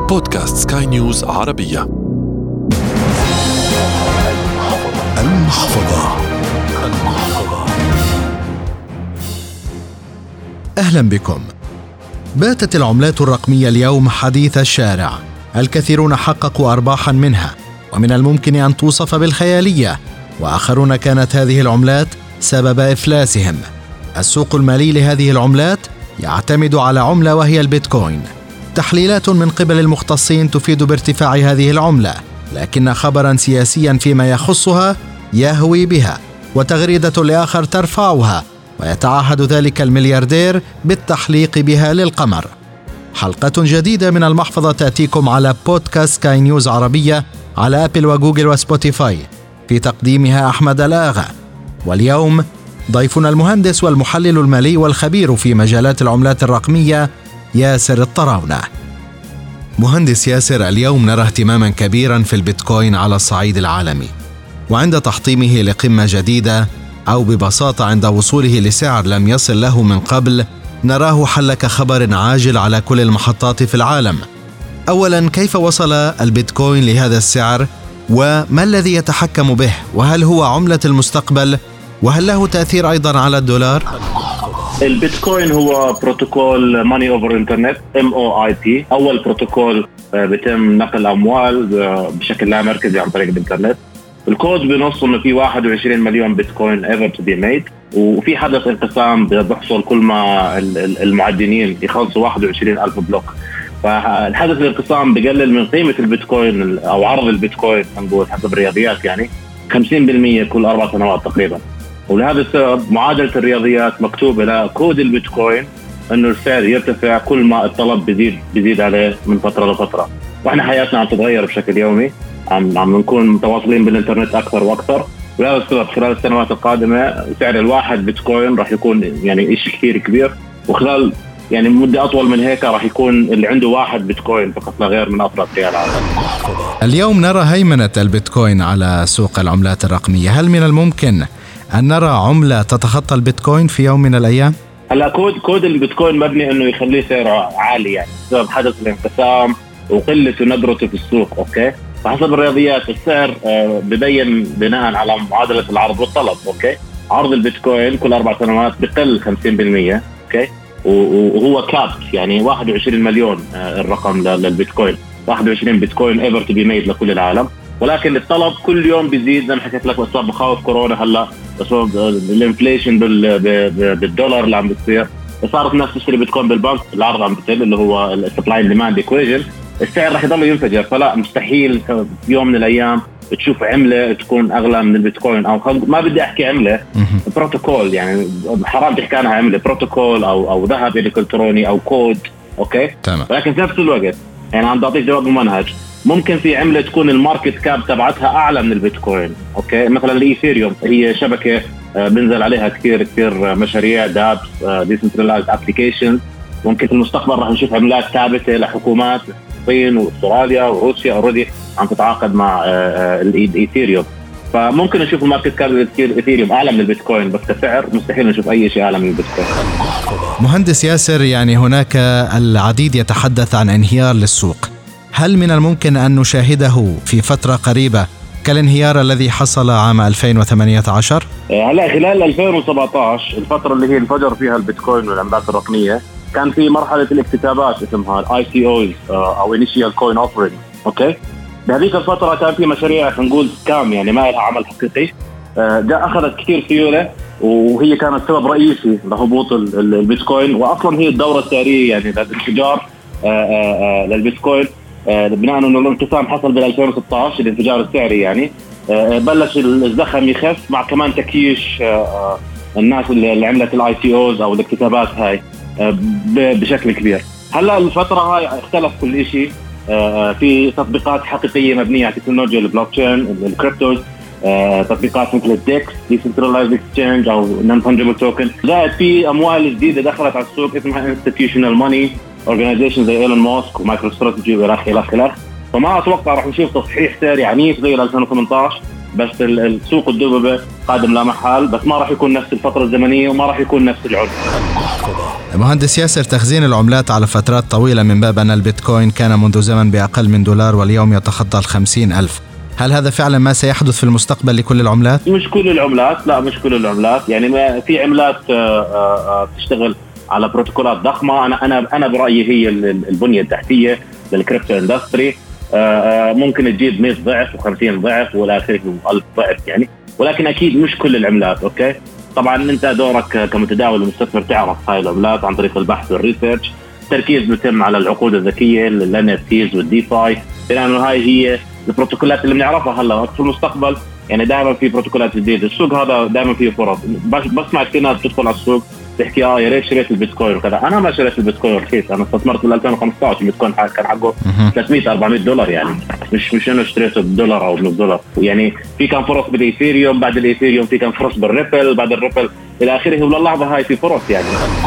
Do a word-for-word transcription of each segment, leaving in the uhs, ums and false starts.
بودكاست سكاي نيوز عربية. المحفظة. المحفظة. أهلا بكم. باتت العملات الرقمية اليوم حديث الشارع، الكثيرون حققوا أرباحا منها، ومن الممكن أن توصف بالخيالية، وآخرون كانت هذه العملات سبب إفلاسهم. السوق المالي لهذه العملات يعتمد على عملة وهي البيتكوين. تحليلات من قبل المختصين تفيد بارتفاع هذه العملة، لكن خبرا سياسيا فيما يخصها يهوي بها، وتغريدة لآخر ترفعها، ويتعهد ذلك الملياردير بالتحليق بها للقمر. حلقة جديدة من المحفظة تأتيكم على بودكاست سكاي نيوز عربية على أبل وجوجل وسبوتيفاي، في تقديمها أحمد الآغا. واليوم ضيفنا المهندس والمحلل المالي والخبير في مجالات العملات الرقمية ياسر الطراونة. مهندس ياسر، اليوم نرى اهتماما كبيرا في البيتكوين على الصعيد العالمي، وعند تحطيمه لقمة جديدة أو ببساطة عند وصوله لسعر لم يصل له من قبل، نراه حل كخبر عاجل على كل المحطات في العالم. أولا، كيف وصل البيتكوين لهذا السعر؟ وما الذي يتحكم به؟ وهل هو عملة المستقبل؟ وهل له تأثير أيضا على الدولار؟ البيتكوين هو بروتوكول ماني اوفر انترنت إم أو آي بي، اول بروتوكول بيتم نقل اموال بشكل لا مركزي عن طريق الانترنت. الكود بنص انه في واحد وعشرين مليون بيتكوين ever to be made، وفي حدث انقسام بيحصل كل ما المعدنين يخلصوا واحد وعشرين ألف بلوك. فالحدث الانقسام بقلل من قيمة البيتكوين او عرض البيتكوين، نقول حسب الرياضيات يعني خمسين بالمية كل اربع سنوات تقريبا. ولهذا السبب معادلة الرياضيات مكتوبة لكود البيتكوين انه السعر يرتفع كل ما الطلب بيزيد بيزيد عليه من فترة لفترة. واحنا حياتنا عم تتغير بشكل يومي، عم عم نكون متواصلين بالانترنت اكثر واكثر، ولهذا السبب خلال السنوات القادمة سعر الواحد بيتكوين راح يكون يعني إشي كثير كبير، وخلال يعني مدة أطول من هيك راح يكون اللي عنده واحد بيتكوين فقط لا غير من أفراد ريال العالم. اليوم نرى هيمنة البيتكوين على سوق العملات الرقمية. هل من الممكن أن نرى عملة تتخطى البيتكوين في يوم من الأيام؟ هلا كود كود البيتكوين مبني إنه يخليه سعره عالي، يعني بسبب حدث الانقسام وقلة ندرته في السوق. أوكي، فحسب الرياضيات السعر ببين بناء على معادلة العرض والطلب. أوكي، عرض البيتكوين كل أربع سنوات بقل خمسين بالمية. أوكي، وهو كابت يعني واحد وعشرين مليون الرقم للبيتكوين، واحد وعشرين بيتكوين ever to be made لكل العالم. ولكن الطلب كل يوم بيزيد، زي ما حكيت لك بسبب مخاوف كورونا، هلا بسبب الانفليشن بالدولار اللي عم بتصير، صارت الناس تشتري بيتكوين بالبنك، العرض عم بتقل اللي هو السبلاي اند ديماند ايكويشن، السعر رح يضل ينفجر. فلا مستحيل في يوم من الايام تشوف عمله تكون اغلى من البيتكوين، او ما بدي احكي عمله، بروتوكول، يعني حرام تحكي عنها عمله، بروتوكول او او ذهب الكتروني او كود. اوكي تمام. لكن في نفس الوقت يعني عم بعطيك جواب ممنهج، ممكن في عمله تكون الماركت كاب تبعتها اعلى من البيتكوين. اوكي، مثلا الايثيريوم هي شبكه بنزل عليها كثير كثير مشاريع دابس ديسنترلايزد ابلكيشن. ممكن في المستقبل راح نشوف عملات ثابته لحكومات الصين واستراليا وروسيا اوريدي عم تتعاقد مع الايثيريوم، فممكن نشوف الماركت كاب الايثيريوم اعلى من البيتكوين، بس كسعر مستحيل نشوف اي شيء اعلى من البيتكوين. مهندس ياسر، يعني هناك العديد يتحدث عن انهيار للسوق، هل من الممكن أن نشاهده في فترة قريبة كالانهيار الذي حصل عام ألفين وثمانية عشر؟ هلا خلال ألفين وسبعة عشر الفترة اللي هي انفجر فيها البيتكوين والعملات الرقمية، كان في مرحلة الاكتتابات اسمها الاي سي اوز او Initial Coin Offering. اوكي، بهذيك الفترة كان في مشاريع نقول سكام، يعني ما لها عمل حقيقي، ده أخذت كثير سيولة، وهي كانت سبب رئيسي لهبوط البيتكوين، وأصلا هي الدورة السعرية يعني للانفجار للبيتكوين، بناء انه الانقسام حصل بال ألفين وستة عشر الانفجار السعري، يعني بلش الزخم يخف مع كمان تكييش الناس اللي عملت الاي سي اوز او الاكتتابات هاي بشكل كبير. هلا الفتره هاي اختلف كل شيء، في تطبيقات حقيقيه مبنيه على تكنولوجيا البلوك تشين الكريبتوز، تطبيقات مثل الديكس ديسنترلايزد اكسشينج او نون فانجبل توكن، زائد في اموال جديده دخلت على السوق اسمها انستتيوشنال ماني اورجانيزيشن زي ايلون ماسك ومايكرو استراتيجي والى اخره. فما اتوقع راح نشوف تصحيح سعري عنيف زي ألفين وثمانية عشر، بس السوق الدببة قادم لا محال، بس ما راح يكون نفس الفترة الزمنية وما راح يكون نفس العملة. مهندس ياسر، تخزين العملات على فترات طويلة من باب أن البيتكوين كان منذ زمن بأقل من دولار واليوم يتخطى الخمسين ألف، هل هذا فعلا ما سيحدث في المستقبل لكل العملات؟ مش كل العملات، لا مش كل العملات، يعني ما في عملات تشتغل على بروتوكولات ضخمة. أنا أنا أنا برأيي هي البنية التحتية للكريبتو اندستري ممكن تجيب مئة ضعف وخمسين ضعف ولا آخره ألف ضعف يعني، ولكن أكيد مش كل العملات. أوكي، طبعا أنت دورك كمتداول ومستثمر تعرف هاي العملات عن طريق البحث والريسيرش. تركيز بيتم على العقود الذكية ال إن إف تيز والديفاي، لأنه هاي هي البروتوكولات اللي بنعرفها هلا. في المستقبل يعني دائما في بروتوكولات جديدة، السوق هذا دائما فيه فرص. بس بسمع كثير ناس تدخل على السوق تحكي اه يا ريت شريت البيتكوين وكذا. انا ما شريت البيتكوين رخيص، انا استثمرت بال ألفين وخمسة عشر البيتكوين كان حقه ثلاثمئة أربعمئة دولار، يعني مش مش انه اشتريته بدولار او بنص دولار. يعني في كان فرص بالايثيريوم، بعد الايثيريوم في كان فرص بالريبل، بعد الريبل الى اخره، وللحظه هاي في فرص يعني.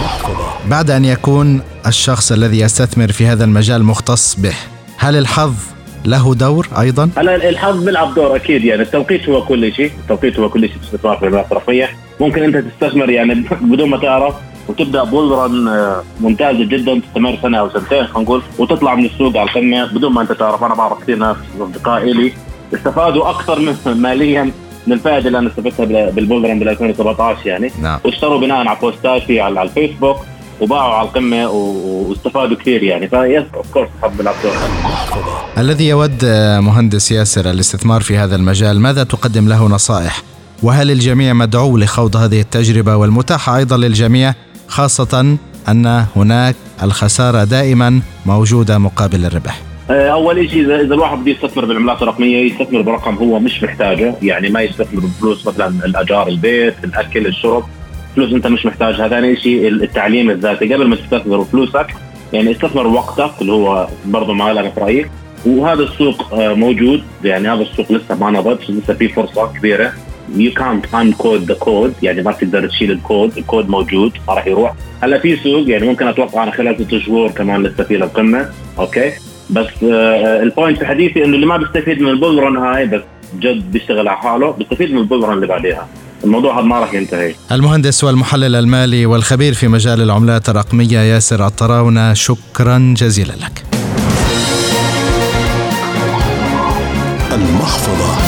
بعد ان يكون الشخص الذي يستثمر في هذا المجال مختص به، هل الحظ له دور ايضا؟ هلا الحظ بيلعب دور اكيد، يعني التوقيت هو كل شيء، التوقيت هو كل شيء في الاستثمار في العملات الرقميه. ممكن انت تستثمر يعني بدون ما تعرف وتبدا بولرن ممتازه جدا تستمر سنه او سنتين خلينا نقول، وتطلع من السوق على القمه بدون ما انت تعرف. انا بعرف كثير ناس اصدقائي لي استفادوا اكثر من ماليا من الفائده اللي انا استفدتها بالبولرن بال ألفين وسبعة عشر يعني. نعم. واشتروا بناء على بوستاتي على, على الفيسبوك وباعوا على القمه واستفادوا كثير يعني. فيس اوف كورس حب العبدور. الذي يود مهندس ياسر الاستثمار في هذا المجال، ماذا تقدم له نصائح؟ وهل الجميع مدعو لخوض هذه التجربة والمتاحة أيضا للجميع، خاصة أن هناك الخسارة دائما موجودة مقابل الربح؟ أول شيء إذا الواحد بده يستثمر بالعملات الرقمية يستثمر برقم هو مش محتاجه، يعني ما يستثمر بفلوس مثلا الأجار البيت الأكل الشرب، فلوس أنت مش محتاجها. ثاني شيء التعليم الذاتي قبل ما تستثمر فلوسك، يعني استثمر وقتك اللي هو برضه ما أنا في رأيي. وهذا السوق موجود، يعني هذا السوق لسه ما نضج، لسه في فرصة كبيرة. you can't uncode the code، يعني ما تقدر تشيل الكود، الكود موجود ما راح يروح. هلا في سوق يعني ممكن اتوقع انا خلال ست شهور كمان لسه في للقمه. اوكي، بس آه البوينت في حديثي انه اللي ما بيستفيد من البولرن هاي بس جد بيشتغل على حاله بيستفيد من البولرن اللي بعدها. الموضوع هذا ما راح ينتهي. المهندس والمحلل المالي والخبير في مجال العملات الرقميه ياسر الطراونة، شكرا جزيلا لك. المحفظة.